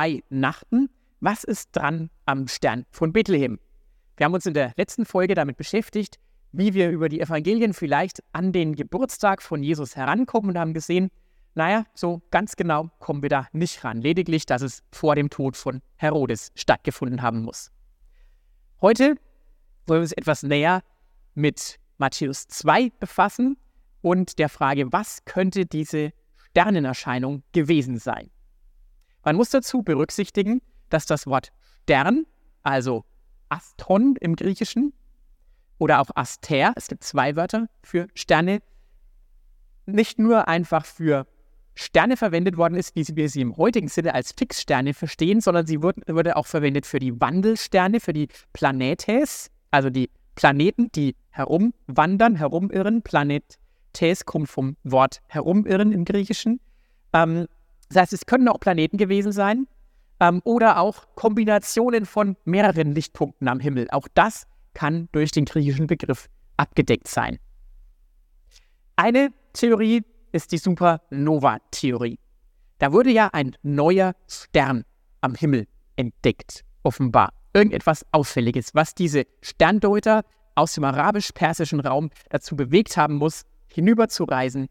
Weihnachten. Was ist dran am Stern von Bethlehem? Wir haben uns in der letzten Folge damit beschäftigt, wie wir über die Evangelien vielleicht an den Geburtstag von Jesus herankommen und haben gesehen, so ganz genau kommen wir da nicht ran. Lediglich, dass es vor dem Tod von Herodes stattgefunden haben muss. Heute wollen wir uns etwas näher mit Matthäus 2 befassen und der Frage, was könnte diese Sternenerscheinung gewesen sein? Man muss dazu berücksichtigen, dass das Wort Stern, also Astron im Griechischen oder auch Aster, es gibt 2 Wörter für Sterne, nicht nur einfach für Sterne verwendet worden ist, wie wir sie im heutigen Sinne als Fixsterne verstehen, sondern sie wurde auch verwendet für die Wandelsterne, für die Planetes, also die Planeten, die herumwandern, herumirren. Planetes kommt vom Wort herumirren im Griechischen. Das heißt, es können auch Planeten gewesen sein oder auch Kombinationen von mehreren Lichtpunkten am Himmel. Auch das kann durch den griechischen Begriff abgedeckt sein. Eine Theorie ist die Supernova-Theorie. Da wurde ja ein neuer Stern am Himmel entdeckt, offenbar. Irgendetwas Auffälliges, was diese Sterndeuter aus dem arabisch-persischen Raum dazu bewegt haben muss, hinüberzureisen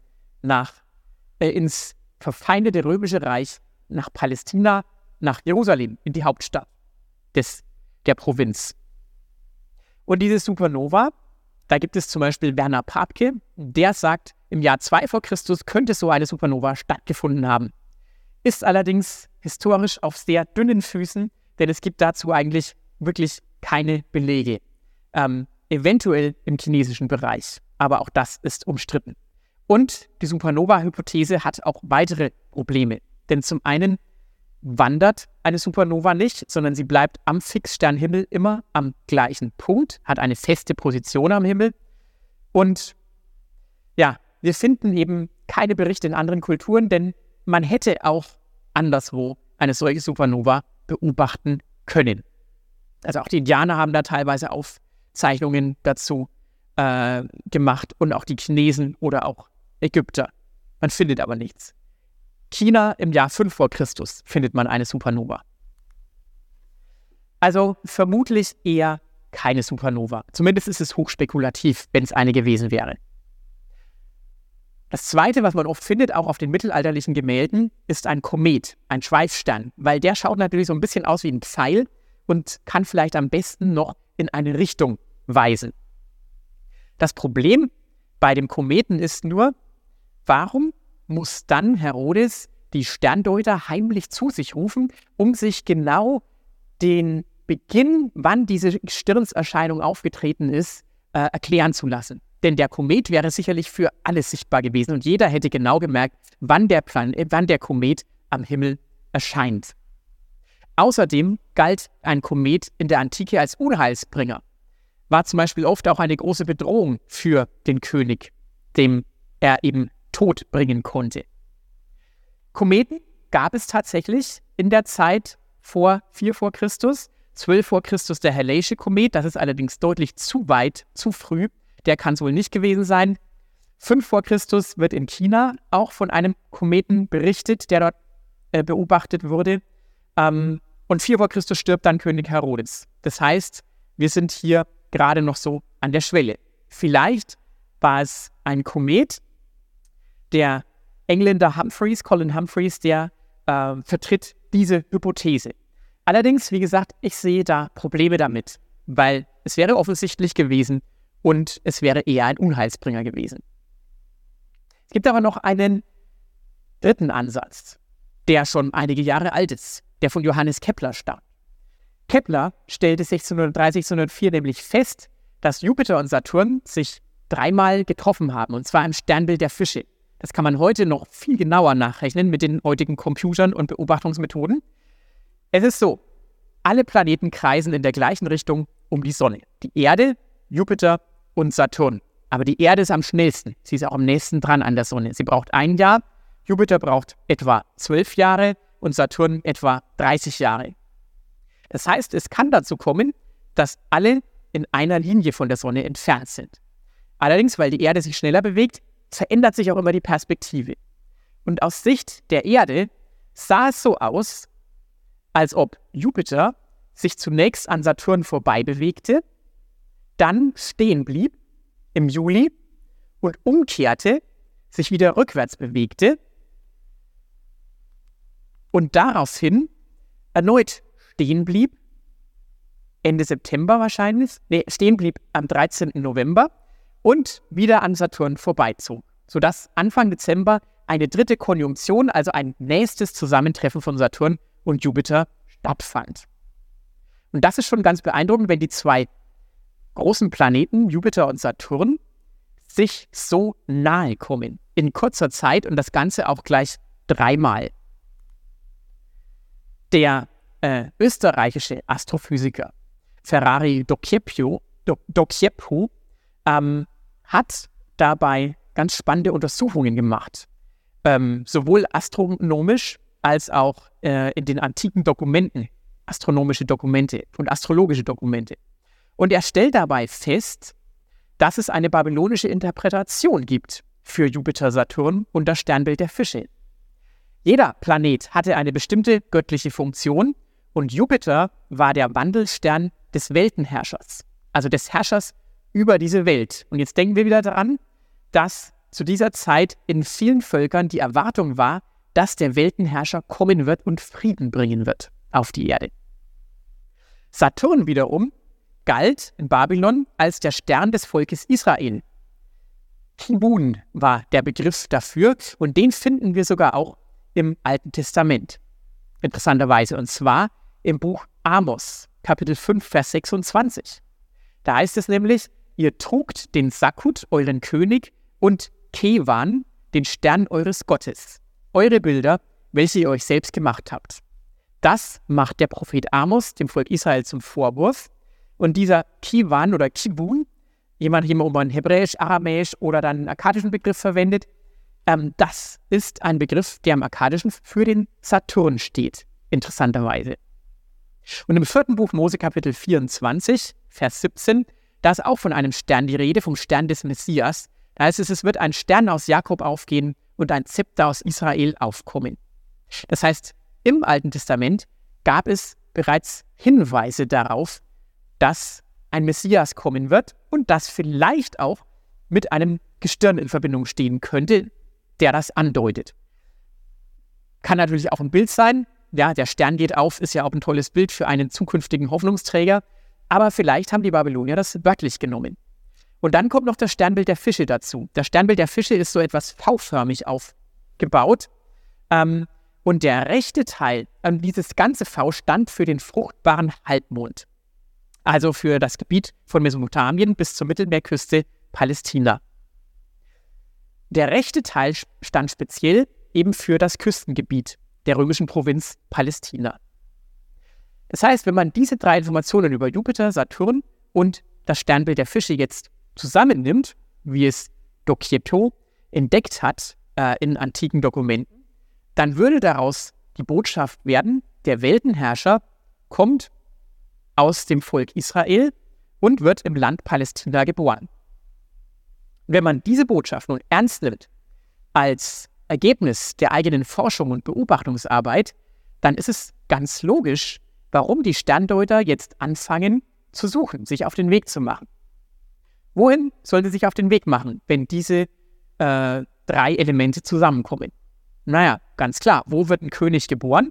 ins verfeindete Römische Reich, nach Palästina, nach Jerusalem, in die Hauptstadt der Provinz. Und diese Supernova, da gibt es zum Beispiel Werner Papke, der sagt, im Jahr 2 vor Christus könnte so eine Supernova stattgefunden haben. Ist allerdings historisch auf sehr dünnen Füßen, denn es gibt dazu eigentlich wirklich keine Belege. Eventuell im chinesischen Bereich, aber auch das ist umstritten. Und die Supernova-Hypothese hat auch weitere Probleme, denn zum einen wandert eine Supernova nicht, sondern sie bleibt am Fixsternhimmel immer am gleichen Punkt, hat eine feste Position am Himmel. Und ja, wir finden eben keine Berichte in anderen Kulturen, denn man hätte auch anderswo eine solche Supernova beobachten können. Also auch die Indianer haben da teilweise Aufzeichnungen dazu gemacht und auch die Chinesen oder auch Ägypter. Man findet aber nichts. China im Jahr 5 vor Christus findet man eine Supernova. Also vermutlich eher keine Supernova. Zumindest ist es hochspekulativ, wenn es eine gewesen wäre. Das Zweite, was man oft findet, auch auf den mittelalterlichen Gemälden, ist ein Komet, ein Schweifstern, weil der schaut natürlich so ein bisschen aus wie ein Pfeil und kann vielleicht am besten noch in eine Richtung weisen. Das Problem bei dem Kometen ist nur, warum muss dann Herodes die Sterndeuter heimlich zu sich rufen, um sich genau den Beginn, wann diese Stirnserscheinung aufgetreten ist, erklären zu lassen. Denn der Komet wäre sicherlich für alles sichtbar gewesen und jeder hätte genau gemerkt, wann der Komet am Himmel erscheint. Außerdem galt ein Komet in der Antike als Unheilsbringer. War zum Beispiel oft auch eine große Bedrohung für den König, dem er eben Tod bringen konnte. Kometen gab es tatsächlich in der Zeit vor 4 vor Christus, 12 vor Christus der Halley'sche Komet, das ist allerdings deutlich zu weit, zu früh, der kann es wohl nicht gewesen sein. 5 vor Christus wird in China auch von einem Kometen berichtet, der dort beobachtet wurde. Und 4 vor Christus stirbt dann König Herodes. Das heißt, wir sind hier gerade noch so an der Schwelle. Vielleicht war es ein Komet. Der Engländer Colin Humphreys, der vertritt diese Hypothese. Allerdings, wie gesagt, ich sehe da Probleme damit, weil es wäre offensichtlich gewesen und es wäre eher ein Unheilsbringer gewesen. Es gibt aber noch einen dritten Ansatz, der schon einige Jahre alt ist, der von Johannes Kepler stammt. Kepler stellte 1603, 1604 nämlich fest, dass Jupiter und Saturn sich 3-mal getroffen haben, und zwar im Sternbild der Fische. Das kann man heute noch viel genauer nachrechnen mit den heutigen Computern und Beobachtungsmethoden. Es ist so, alle Planeten kreisen in der gleichen Richtung um die Sonne. Die Erde, Jupiter und Saturn. Aber die Erde ist am schnellsten. Sie ist auch am nächsten dran an der Sonne. Sie braucht 1 Jahr, Jupiter braucht etwa 12 Jahre und Saturn etwa 30 Jahre. Das heißt, es kann dazu kommen, dass alle in einer Linie von der Sonne entfernt sind. Allerdings, weil die Erde sich schneller bewegt, verändert sich auch immer die Perspektive. Und aus Sicht der Erde sah es so aus, als ob Jupiter sich zunächst an Saturn vorbei bewegte, dann stehen blieb im Juli und umkehrte, sich wieder rückwärts bewegte und daraufhin erneut stehen blieb, Ende September wahrscheinlich, stehen blieb am 13. November und wieder an Saturn vorbeizog, sodass Anfang Dezember eine dritte Konjunktion, also ein nächstes Zusammentreffen von Saturn und Jupiter stattfand. Und das ist schon ganz beeindruckend, wenn die zwei großen Planeten, Jupiter und Saturn, sich so nahe kommen in kurzer Zeit und das Ganze auch gleich dreimal. Der österreichische Astrophysiker Ferrari Docchieppo hat dabei ganz spannende Untersuchungen gemacht, sowohl astronomisch als auch in den antiken Dokumenten, astronomische Dokumente und astrologische Dokumente. Und er stellt dabei fest, dass es eine babylonische Interpretation gibt für Jupiter, Saturn und das Sternbild der Fische. Jeder Planet hatte eine bestimmte göttliche Funktion und Jupiter war der Wandelstern des Weltenherrschers, also des Herrschers über diese Welt. Und jetzt denken wir wieder daran, dass zu dieser Zeit in vielen Völkern die Erwartung war, dass der Weltenherrscher kommen wird und Frieden bringen wird auf die Erde. Saturn wiederum galt in Babylon als der Stern des Volkes Israel. Kibun war der Begriff dafür und den finden wir sogar auch im Alten Testament. Interessanterweise, und zwar im Buch Amos, Kapitel 5, Vers 26. Da heißt es nämlich, ihr trugt den Sakkut, euren König, und Kewan, den Stern eures Gottes, eure Bilder, welche ihr euch selbst gemacht habt. Das macht der Prophet Amos dem Volk Israel zum Vorwurf. Und dieser Kewan oder Kibun, jemand hier um einen hebräisch, aramäisch oder dann einen akkadischen Begriff verwendet, das ist ein Begriff, der im Akkadischen für den Saturn steht, interessanterweise. Und im 4. Buch Mose, Kapitel 24, Vers 17, da ist auch von einem Stern die Rede, vom Stern des Messias. Da heißt es, es wird ein Stern aus Jakob aufgehen und ein Zepter aus Israel aufkommen. Das heißt, im Alten Testament gab es bereits Hinweise darauf, dass ein Messias kommen wird und das vielleicht auch mit einem Gestirn in Verbindung stehen könnte, der das andeutet. Kann natürlich auch ein Bild sein. Ja, der Stern geht auf, ist ja auch ein tolles Bild für einen zukünftigen Hoffnungsträger. Aber vielleicht haben die Babylonier das wörtlich genommen. Und dann kommt noch das Sternbild der Fische dazu. Das Sternbild der Fische ist so etwas V-förmig aufgebaut. Und der rechte Teil, dieses ganze V, stand für den fruchtbaren Halbmond. Also für das Gebiet von Mesopotamien bis zur Mittelmeerküste Palästina. Der rechte Teil stand speziell eben für das Küstengebiet der römischen Provinz Palästina. Das heißt, wenn man diese drei Informationen über Jupiter, Saturn und das Sternbild der Fische jetzt zusammennimmt, wie es Docchieppo entdeckt hat in antiken Dokumenten, dann würde daraus die Botschaft werden, der Weltenherrscher kommt aus dem Volk Israel und wird im Land Palästina geboren. Wenn man diese Botschaft nun ernst nimmt als Ergebnis der eigenen Forschung und Beobachtungsarbeit, dann ist es ganz logisch, warum die Sterndeuter jetzt anfangen zu suchen, sich auf den Weg zu machen. Wohin sollen sie sich auf den Weg machen, wenn diese drei Elemente zusammenkommen? Naja, ganz klar, wo wird ein König geboren?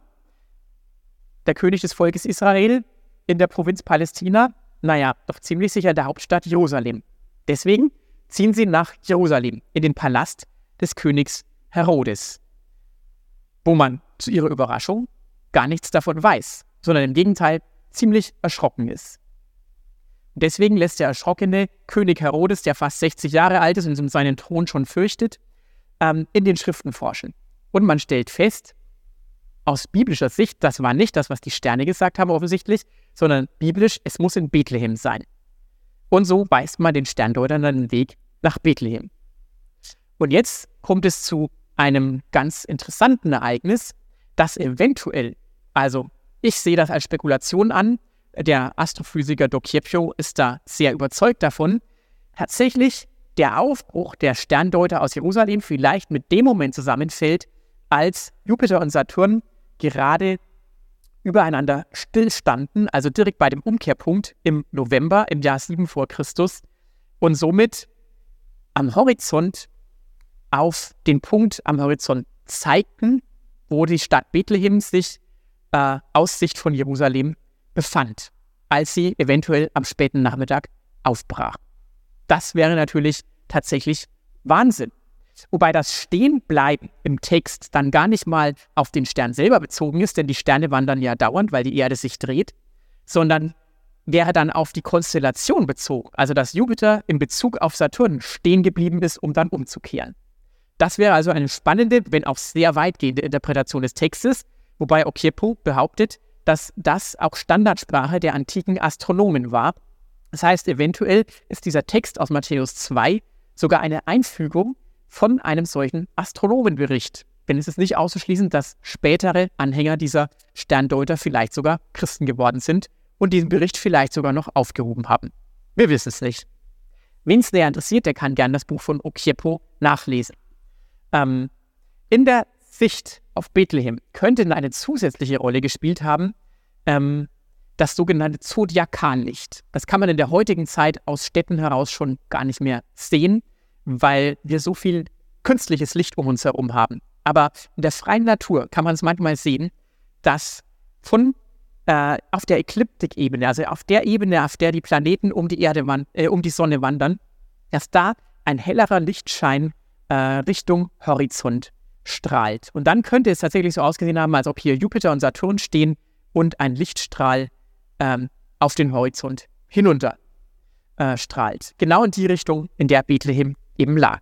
Der König des Volkes Israel in der Provinz Palästina? Naja, doch ziemlich sicher in der Hauptstadt Jerusalem. Deswegen ziehen sie nach Jerusalem, in den Palast des Königs Herodes, wo man zu ihrer Überraschung gar nichts davon weiß, sondern im Gegenteil ziemlich erschrocken ist. Deswegen lässt der erschrockene König Herodes, der fast 60 Jahre alt ist und um seinen Thron schon fürchtet, in den Schriften forschen. Und man stellt fest, aus biblischer Sicht, das war nicht das, was die Sterne gesagt haben offensichtlich, sondern biblisch, es muss in Bethlehem sein. Und so weist man den Sterndeutern dann den Weg nach Bethlehem. Und jetzt kommt es zu einem ganz interessanten Ereignis, das eventuell, also ich sehe das als Spekulation an, der Astrophysiker Docchieppo ist da sehr überzeugt davon, tatsächlich der Aufbruch der Sterndeuter aus Jerusalem vielleicht mit dem Moment zusammenfällt, als Jupiter und Saturn gerade übereinander stillstanden, also direkt bei dem Umkehrpunkt im November im Jahr 7 vor Christus und somit am Horizont auf den Punkt am Horizont zeigten, wo die Stadt Bethlehem sich aus Sicht von Jerusalem befand, als sie eventuell am späten Nachmittag aufbrach. Das wäre natürlich tatsächlich Wahnsinn. Wobei das Stehenbleiben im Text dann gar nicht mal auf den Stern selber bezogen ist, denn die Sterne wandern ja dauernd, weil die Erde sich dreht, sondern wäre dann auf die Konstellation bezogen, also dass Jupiter in Bezug auf Saturn stehen geblieben ist, um dann umzukehren. Das wäre also eine spannende, wenn auch sehr weitgehende Interpretation des Textes, wobei Okiepo behauptet, dass das auch Standardsprache der antiken Astronomen war. Das heißt, eventuell ist dieser Text aus Matthäus 2 sogar eine Einfügung von einem solchen Astronomenbericht. Denn es ist nicht auszuschließen, dass spätere Anhänger dieser Sterndeuter vielleicht sogar Christen geworden sind und diesen Bericht vielleicht sogar noch aufgehoben haben. Wir wissen es nicht. Wen es näher interessiert, der kann gerne das Buch von Okiepo nachlesen. In der Sicht auf Bethlehem könnte eine zusätzliche Rolle gespielt haben, das sogenannte Zodiakallicht. Das kann man in der heutigen Zeit aus Städten heraus schon gar nicht mehr sehen, weil wir so viel künstliches Licht um uns herum haben. Aber in der freien Natur kann man es manchmal sehen, dass auf der Ekliptikebene, also auf der Ebene, auf der die Planeten um die Sonne wandern, dass da ein hellerer Lichtschein Richtung Horizont strahlt. Und dann könnte es tatsächlich so ausgesehen haben, als ob hier Jupiter und Saturn stehen und ein Lichtstrahl auf den Horizont hinunter strahlt. Genau in die Richtung, in der Bethlehem eben lag.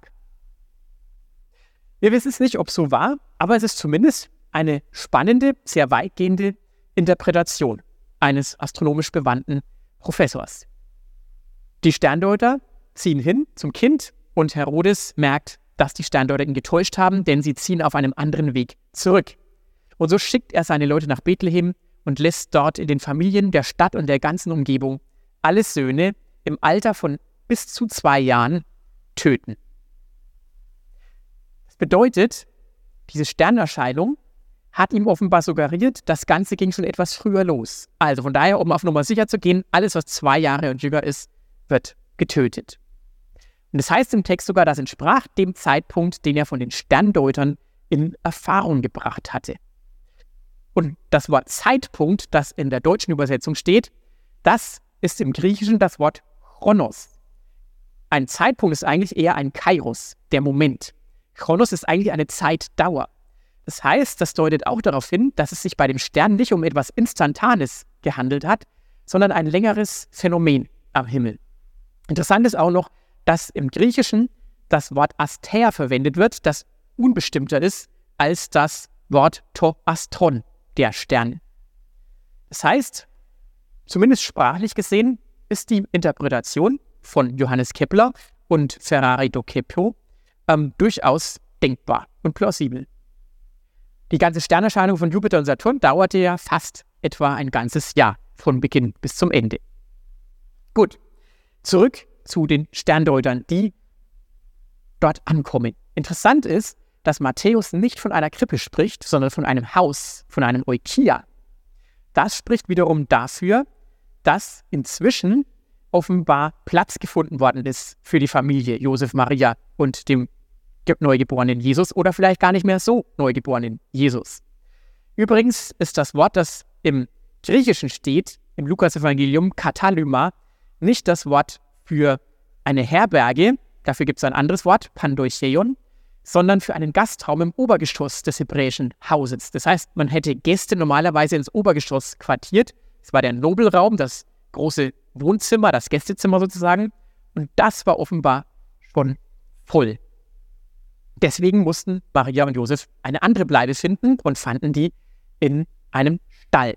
Wir wissen es nicht, ob es so war, aber es ist zumindest eine spannende, sehr weitgehende Interpretation eines astronomisch bewandten Professors. Die Sterndeuter ziehen hin zum Kind und Herodes merkt, dass die Sterndeuter ihn getäuscht haben, denn sie ziehen auf einem anderen Weg zurück. Und so schickt er seine Leute nach Bethlehem und lässt dort in den Familien der Stadt und der ganzen Umgebung alle Söhne im Alter von bis zu 2 Jahren töten. Das bedeutet, diese Sternerscheinung hat ihm offenbar suggeriert, das Ganze ging schon etwas früher los. Also von daher, um auf Nummer sicher zu gehen, alles, was 2 Jahre und jünger ist, wird getötet. Und das heißt im Text sogar, das entsprach dem Zeitpunkt, den er von den Sterndeutern in Erfahrung gebracht hatte. Und das Wort Zeitpunkt, das in der deutschen Übersetzung steht, das ist im Griechischen das Wort Chronos. Ein Zeitpunkt ist eigentlich eher ein Kairos, der Moment. Chronos ist eigentlich eine Zeitdauer. Das heißt, das deutet auch darauf hin, dass es sich bei dem Stern nicht um etwas Instantanes gehandelt hat, sondern ein längeres Phänomen am Himmel. Interessant ist auch noch, dass im Griechischen das Wort Aster verwendet wird, das unbestimmter ist als das Wort to Astron, der Stern. Das heißt, zumindest sprachlich gesehen, ist die Interpretation von Johannes Kepler und Ferrari d'Occhio durchaus denkbar und plausibel. Die ganze Sternerscheinung von Jupiter und Saturn dauerte ja fast etwa ein ganzes Jahr, von Beginn bis zum Ende. Gut, zurück zu den Sterndeutern, die dort ankommen. Interessant ist, dass Matthäus nicht von einer Krippe spricht, sondern von einem Haus, von einem Oikia. Das spricht wiederum dafür, dass inzwischen offenbar Platz gefunden worden ist für die Familie Josef, Maria und dem neugeborenen Jesus oder vielleicht gar nicht mehr so neugeborenen Jesus. Übrigens ist das Wort, das im Griechischen steht, im Lukas-Evangelium, Katalyma, nicht das Wort für eine Herberge, dafür gibt es ein anderes Wort, Pandoicheion, sondern für einen Gastraum im Obergeschoss des hebräischen Hauses. Das heißt, man hätte Gäste normalerweise ins Obergeschoss quartiert. Es war der Nobelraum, das große Wohnzimmer, das Gästezimmer sozusagen. Und das war offenbar schon voll. Deswegen mussten Maria und Josef eine andere Bleibe finden und fanden die in einem Stall.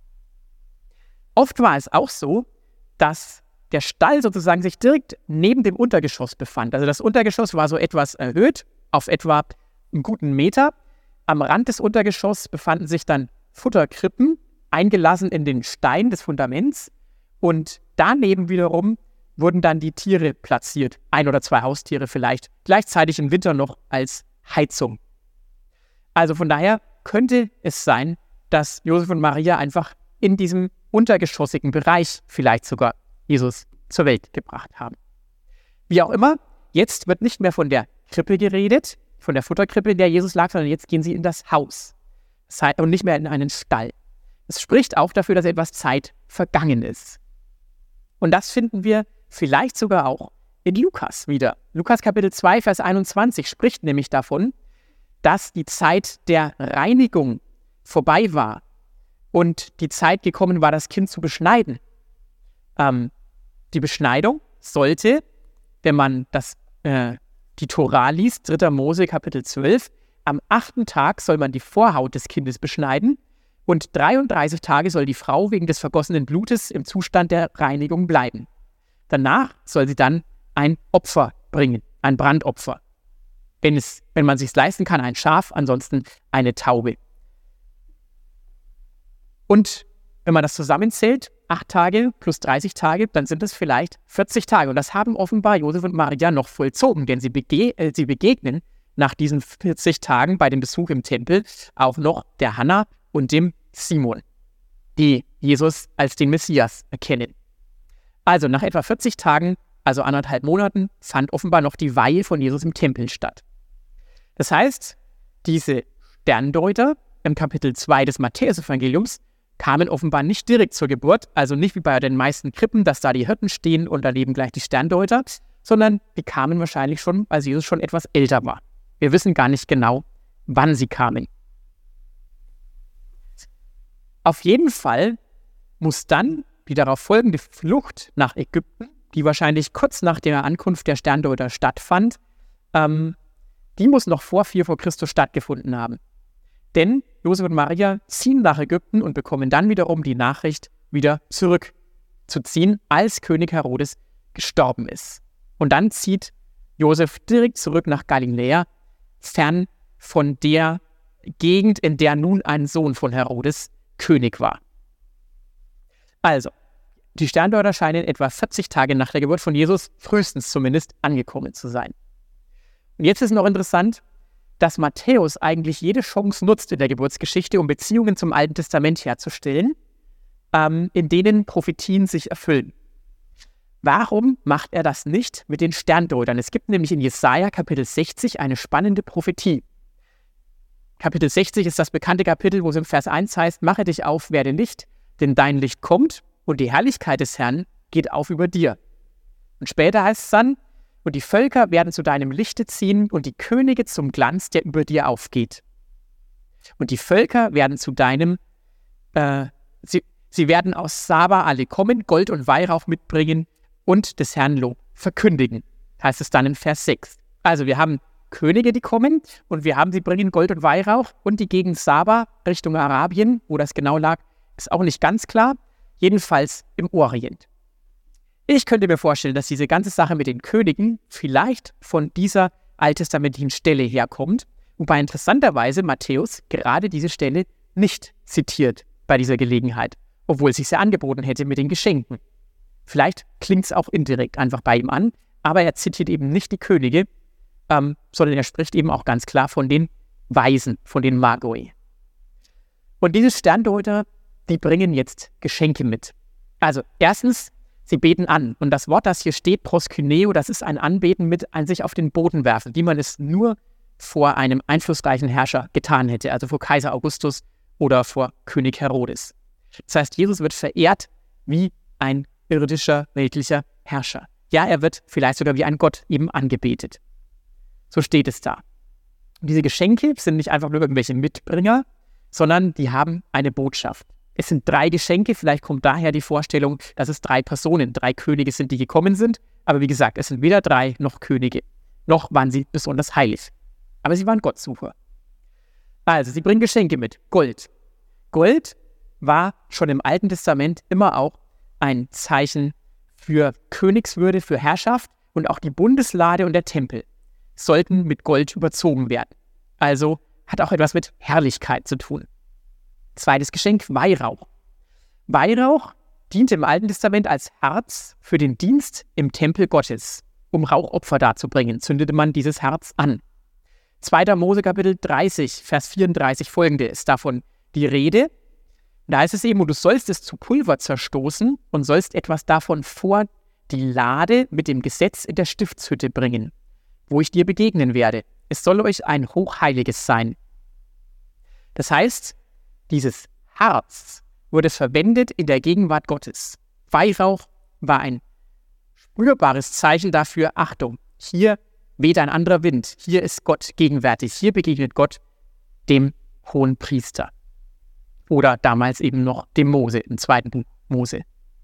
Oft war es auch so, dass der Stall sozusagen sich direkt neben dem Untergeschoss befand. Also das Untergeschoss war so etwas erhöht, auf etwa einen guten Meter. Am Rand des Untergeschosses befanden sich dann Futterkrippen, eingelassen in den Stein des Fundaments. Und daneben wiederum wurden dann die Tiere platziert. 1 oder 2 Haustiere vielleicht, gleichzeitig im Winter noch als Heizung. Also von daher könnte es sein, dass Josef und Maria einfach in diesem untergeschossigen Bereich vielleicht sogar Jesus zur Welt gebracht haben. Wie auch immer, jetzt wird nicht mehr von der Krippe geredet, von der Futterkrippe, in der Jesus lag, sondern jetzt gehen sie in das Haus und nicht mehr in einen Stall. Es spricht auch dafür, dass etwas Zeit vergangen ist. Und das finden wir vielleicht sogar auch in Lukas wieder. Lukas Kapitel 2, Vers 21 spricht nämlich davon, dass die Zeit der Reinigung vorbei war und die Zeit gekommen war, das Kind zu beschneiden. Die Beschneidung sollte, wenn man die Tora liest, 3. Mose Kapitel 12, am 8. Tag soll man die Vorhaut des Kindes beschneiden und 33 Tage soll die Frau wegen des vergossenen Blutes im Zustand der Reinigung bleiben. Danach soll sie dann ein Opfer bringen, ein Brandopfer. Wenn man es sich leisten kann, ein Schaf, ansonsten eine Taube. Und wenn man das zusammenzählt, 8 Tage plus 30 Tage, dann sind es vielleicht 40 Tage. Und das haben offenbar Josef und Maria noch vollzogen, denn sie begegnen nach diesen 40 Tagen bei dem Besuch im Tempel auch noch der Hanna und dem Simon, die Jesus als den Messias erkennen. Also nach etwa 40 Tagen, also 1,5 Monaten, fand offenbar noch die Weihe von Jesus im Tempel statt. Das heißt, diese Sterndeuter im Kapitel 2 des Matthäus-Evangeliums kamen offenbar nicht direkt zur Geburt, also nicht wie bei den meisten Krippen, dass da die Hirten stehen und daneben gleich die Sterndeuter, sondern die kamen wahrscheinlich schon, als Jesus schon etwas älter war. Wir wissen gar nicht genau, wann sie kamen. Auf jeden Fall muss dann die darauf folgende Flucht nach Ägypten, die wahrscheinlich kurz nach der Ankunft der Sterndeuter stattfand, die muss noch vor 4 vor Christus stattgefunden haben. Denn Josef und Maria ziehen nach Ägypten und bekommen dann wiederum die Nachricht, wieder zurückzuziehen, als König Herodes gestorben ist. Und dann zieht Josef direkt zurück nach Galiläa, fern von der Gegend, in der nun ein Sohn von Herodes König war. Also, die Sterndeuter scheinen etwa 40 Tage nach der Geburt von Jesus, frühestens zumindest, angekommen zu sein. Und jetzt ist noch interessant, dass Matthäus eigentlich jede Chance nutzt in der Geburtsgeschichte, um Beziehungen zum Alten Testament herzustellen, in denen Prophetien sich erfüllen. Warum macht er das nicht mit den Sterndeutern? Es gibt nämlich in Jesaja Kapitel 60 eine spannende Prophetie. Kapitel 60 ist das bekannte Kapitel, wo es im Vers 1 heißt, mache dich auf, werde Licht, denn dein Licht kommt und die Herrlichkeit des Herrn geht auf über dir. Und später heißt es dann, und die Völker werden zu deinem Lichte ziehen und die Könige zum Glanz, der über dir aufgeht. Und die Völker werden zu deinem, sie werden aus Saba alle kommen, Gold und Weihrauch mitbringen und des Herrn Lob verkündigen, heißt es dann in Vers 6. Also wir haben Könige, die kommen und sie bringen Gold und Weihrauch und die Gegend Saba Richtung Arabien, wo das genau lag, ist auch nicht ganz klar, jedenfalls im Orient. Ich könnte mir vorstellen, dass diese ganze Sache mit den Königen vielleicht von dieser alttestamentlichen Stelle herkommt, wobei interessanterweise Matthäus gerade diese Stelle nicht zitiert bei dieser Gelegenheit, obwohl es sich sehr angeboten hätte mit den Geschenken. Vielleicht klingt es auch indirekt einfach bei ihm an, aber er zitiert eben nicht die Könige, sondern er spricht eben auch ganz klar von den Weisen, von den Magoi. Und diese Sterndeuter, die bringen jetzt Geschenke mit. Also erstens, sie beten an. Und das Wort, das hier steht, proskyneo, das ist ein Anbeten mit ein sich auf den Boden werfen, wie man es nur vor einem einflussreichen Herrscher getan hätte, also vor Kaiser Augustus oder vor König Herodes. Das heißt, Jesus wird verehrt wie ein irdischer, weltlicher Herrscher. Ja, er wird vielleicht sogar wie ein Gott eben angebetet. So steht es da. Und diese Geschenke sind nicht einfach nur irgendwelche Mitbringer, sondern die haben eine Botschaft. Es sind 3 Geschenke, vielleicht kommt daher die Vorstellung, dass es 3 Personen, 3 Könige sind, die gekommen sind. Aber wie gesagt, es sind weder 3 noch Könige. Noch waren sie besonders heilig. Aber sie waren Gottsucher. Also, sie bringen Geschenke mit. Gold. Gold war schon im Alten Testament immer auch ein Zeichen für Königswürde, für Herrschaft. Und auch die Bundeslade und der Tempel sollten mit Gold überzogen werden. Also hat auch etwas mit Herrlichkeit zu tun. Zweites Geschenk, Weihrauch. Weihrauch diente im Alten Testament als Harz für den Dienst im Tempel Gottes. Um Rauchopfer darzubringen, zündete man dieses Harz an. 2. Mose Kapitel 30, Vers 34 folgende ist davon die Rede. Und da heißt es eben, und du sollst es zu Pulver zerstoßen und sollst etwas davon vor die Lade mit dem Gesetz in der Stiftshütte bringen, wo ich dir begegnen werde. Es soll euch ein hochheiliges sein. Das heißt, dieses Harz wurde verwendet in der Gegenwart Gottes. Weihrauch war ein spürbares Zeichen dafür, Achtung, hier weht ein anderer Wind, hier ist Gott gegenwärtig, hier begegnet Gott dem hohen Priester. Oder damals eben noch dem Mose, im 2. Buch Mose.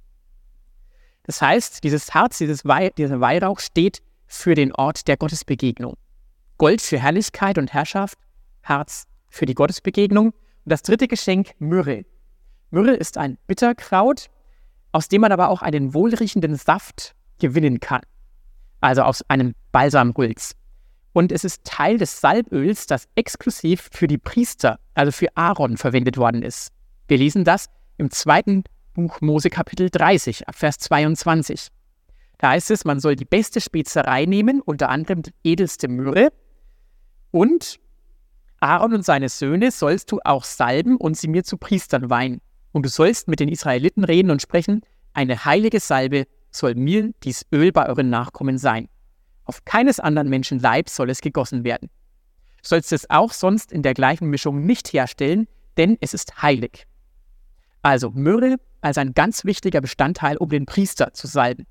Das heißt, dieses Harz, dieser Weihrauch steht für den Ort der Gottesbegegnung. Gold für Herrlichkeit und Herrschaft, Harz für die Gottesbegegnung. Und das dritte Geschenk, Myrrhe. Myrrhe ist ein Bitterkraut, aus dem man aber auch einen wohlriechenden Saft gewinnen kann. Also aus einem Balsamholz. Und es ist Teil des Salböls, das exklusiv für die Priester, also für Aaron, verwendet worden ist. Wir lesen das im 2. Buch Mose Kapitel 30, ab Vers 22. Da heißt es, man soll die beste Spezerei nehmen, unter anderem die edelste Myrrhe. Und Aaron und seine Söhne sollst du auch salben und sie mir zu Priestern weihen. Und du sollst mit den Israeliten reden und sprechen, eine heilige Salbe soll mir dies Öl bei euren Nachkommen sein. Auf keines anderen Menschen Leib soll es gegossen werden. Du sollst es auch sonst in der gleichen Mischung nicht herstellen, denn es ist heilig. Also Myrrhe als ein ganz wichtiger Bestandteil, um den Priester zu salben.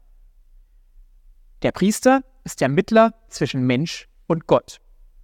Der Priester ist der Mittler zwischen Mensch und Gott.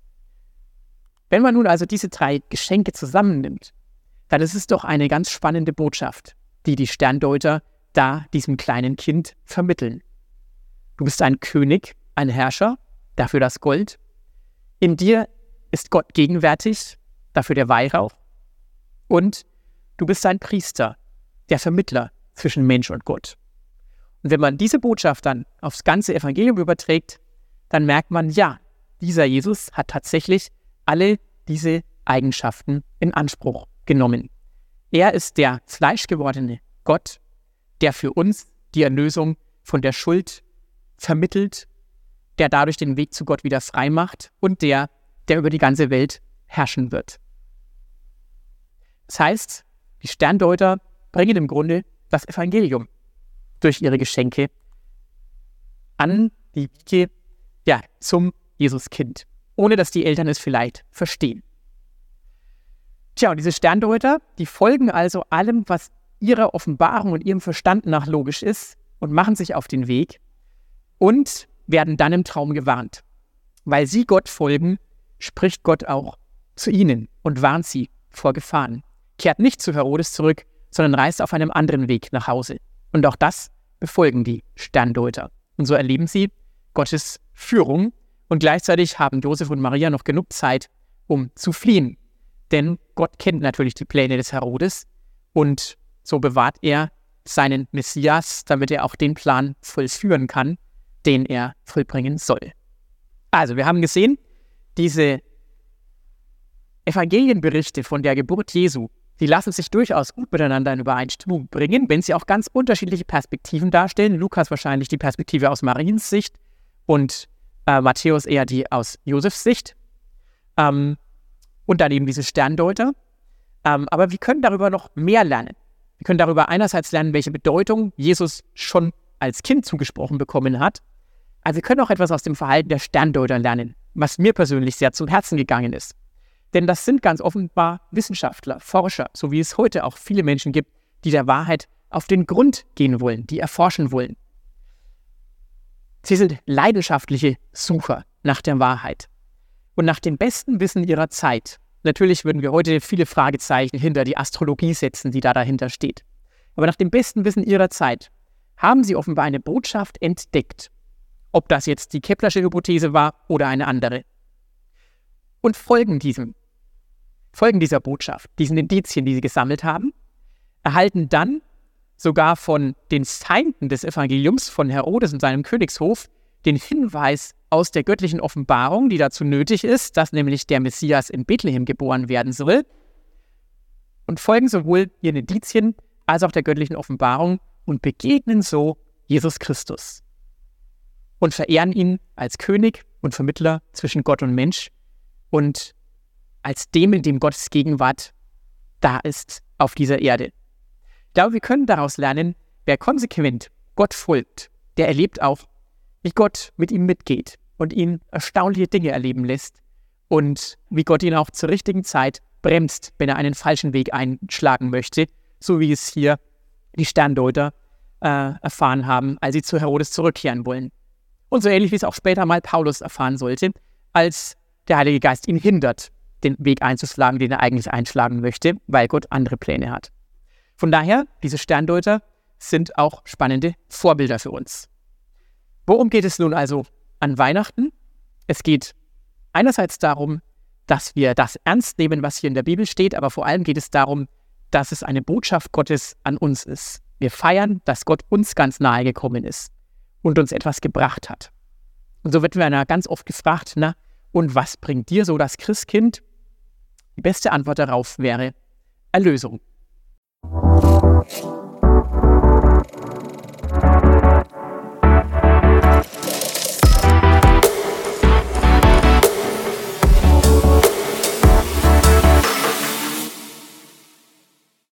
Wenn man nun also diese 3 Geschenke zusammennimmt, dann ist es doch eine ganz spannende Botschaft, die die Sterndeuter da diesem kleinen Kind vermitteln. Du bist ein König, ein Herrscher, dafür das Gold. In dir ist Gott gegenwärtig, dafür der Weihrauch. Und du bist ein Priester, der Vermittler zwischen Mensch und Gott. Und wenn man diese Botschaft dann aufs ganze Evangelium überträgt, dann merkt man, ja, dieser Jesus hat tatsächlich alle diese Eigenschaften in Anspruch genommen. Er ist der fleischgewordene Gott, der für uns die Erlösung von der Schuld vermittelt, der dadurch den Weg zu Gott wieder frei macht und der über die ganze Welt herrschen wird. Das heißt, die Sterndeuter bringen im Grunde das Evangelium durch ihre Geschenke an die Wiege, zum Jesuskind, ohne dass die Eltern es vielleicht verstehen. Tja, und diese Sterndeuter, die folgen also allem, was ihrer Offenbarung und ihrem Verstand nach logisch ist und machen sich auf den Weg und werden dann im Traum gewarnt. Weil sie Gott folgen, spricht Gott auch zu ihnen und warnt sie vor Gefahren. Kehrt nicht zu Herodes zurück, sondern reist auf einem anderen Weg nach Hause. Und auch das befolgen die Sterndeuter. Und so erleben sie Gottes Führung und gleichzeitig haben Josef und Maria noch genug Zeit, um zu fliehen. Denn Gott kennt natürlich die Pläne des Herodes und so bewahrt er seinen Messias, damit er auch den Plan vollführen kann, den er vollbringen soll. Also, wir haben gesehen, diese Evangelienberichte von der Geburt Jesu, die lassen sich durchaus gut miteinander in Übereinstimmung bringen, wenn sie auch ganz unterschiedliche Perspektiven darstellen. Lukas wahrscheinlich die Perspektive aus Mariens Sicht und Matthäus eher die aus Josefs Sicht. Und dann eben diese Sterndeuter. Aber wir können darüber noch mehr lernen. Wir können darüber einerseits lernen, welche Bedeutung Jesus schon als Kind zugesprochen bekommen hat. Also wir können auch etwas aus dem Verhalten der Sterndeuter lernen, was mir persönlich sehr zum Herzen gegangen ist. Denn das sind ganz offenbar Wissenschaftler, Forscher, so wie es heute auch viele Menschen gibt, die der Wahrheit auf den Grund gehen wollen, die erforschen wollen. Sie sind leidenschaftliche Sucher nach der Wahrheit und nach dem besten Wissen ihrer Zeit. Natürlich würden wir heute viele Fragezeichen hinter die Astrologie setzen, die da dahinter steht. Aber nach dem besten Wissen ihrer Zeit haben sie offenbar eine Botschaft entdeckt. Ob das jetzt die Keplersche Hypothese war oder eine andere. Und folgen dieser Botschaft, diesen Indizien, die sie gesammelt haben, erhalten dann sogar von den Feinden des Evangeliums, von Herodes und seinem Königshof, den Hinweis aus der göttlichen Offenbarung, die dazu nötig ist, dass nämlich der Messias in Bethlehem geboren werden soll, und folgen sowohl ihren Indizien als auch der göttlichen Offenbarung und begegnen so Jesus Christus und verehren ihn als König und Vermittler zwischen Gott und Mensch und als dem, in dem Gottes Gegenwart da ist auf dieser Erde. Ich glaube, wir können daraus lernen, wer konsequent Gott folgt, der erlebt auch, wie Gott mit ihm mitgeht und ihn erstaunliche Dinge erleben lässt und wie Gott ihn auch zur richtigen Zeit bremst, wenn er einen falschen Weg einschlagen möchte, so wie es hier die Sterndeuter erfahren haben, als sie zu Herodes zurückkehren wollen. Und so ähnlich wie es auch später mal Paulus erfahren sollte, als der Heilige Geist ihn hindert, den Weg einzuschlagen, den er eigentlich einschlagen möchte, weil Gott andere Pläne hat. Von daher, diese Sterndeuter sind auch spannende Vorbilder für uns. Worum geht es nun also an Weihnachten? Es geht einerseits darum, dass wir das ernst nehmen, was hier in der Bibel steht, aber vor allem geht es darum, dass es eine Botschaft Gottes an uns ist. Wir feiern, dass Gott uns ganz nahe gekommen ist und uns etwas gebracht hat. Und so wird mir ganz oft gefragt, und was bringt dir so das Christkind? Die beste Antwort darauf wäre Erlösung.